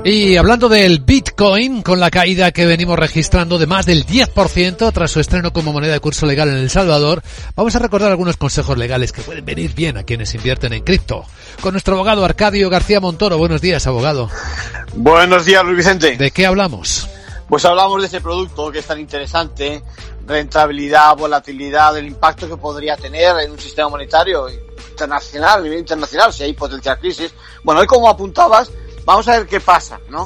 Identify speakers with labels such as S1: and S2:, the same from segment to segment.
S1: Y hablando del Bitcoin, con la caída que venimos registrando de más del 10% tras su estreno como moneda de curso legal en El Salvador, vamos a recordar algunos consejos legales que pueden venir bien a quienes invierten en cripto. Con nuestro abogado Arcadio García Montoro. Buenos días, abogado.
S2: Buenos días, Luis Vicente.
S1: ¿De qué hablamos?
S2: Pues hablamos de ese producto que es tan interesante, rentabilidad, volatilidad, el impacto que podría tener en un sistema monetario internacional, a nivel internacional, si hay potencial crisis. Bueno, hoy como apuntabas, vamos a ver qué pasa, ¿no?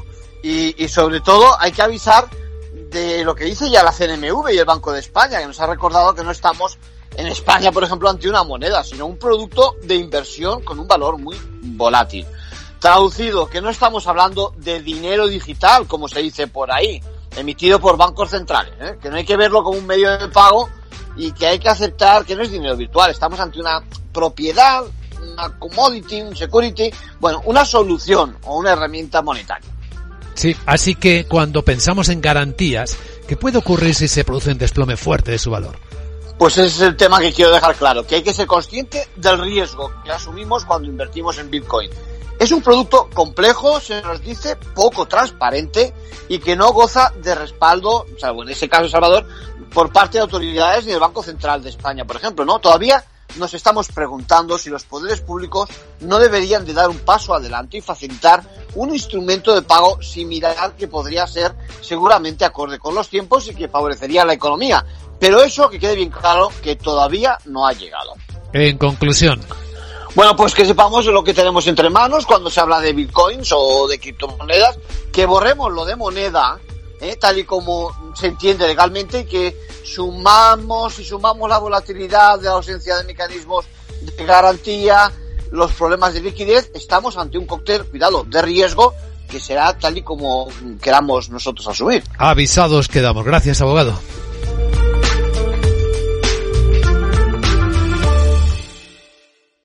S2: Y sobre todo hay que avisar de lo que dice ya la CNMV y el Banco de España, que nos ha recordado que no estamos en España, por ejemplo, ante una moneda, sino un producto de inversión con un valor muy volátil. Traducido, que no estamos hablando de dinero digital, como se dice por ahí, emitido por bancos centrales, que no hay que verlo como un medio de pago y que hay que aceptar que no es dinero virtual. Estamos ante una propiedad, una commodity, un security, bueno, una solución o una herramienta monetaria.
S1: Sí, así que cuando pensamos en garantías, ¿qué puede ocurrir si se produce un desplome fuerte de su valor?
S2: Pues ese es el tema que quiero dejar claro, que hay que ser consciente del riesgo que asumimos cuando invertimos en Bitcoin. Es un producto complejo, se nos dice, poco transparente y que no goza de respaldo, salvo en ese caso El Salvador, por parte de autoridades ni del Banco Central de España, por ejemplo, ¿no? Todavía nos estamos preguntando si los poderes públicos no deberían de dar un paso adelante y facilitar un instrumento de pago similar que podría ser seguramente acorde con los tiempos y que favorecería la economía. Pero eso, que quede bien claro, que todavía no ha llegado.
S1: En conclusión.
S2: Bueno, pues que sepamos lo que tenemos entre manos cuando se habla de bitcoins o de criptomonedas, que borremos lo de moneda, tal y como se entiende legalmente, y que sumamos la volatilidad de la ausencia de mecanismos de garantía, los problemas de liquidez. Estamos ante un cóctel, cuidado, de riesgo que será tal y como queramos nosotros asumir.
S1: Avisados quedamos. Gracias, abogado.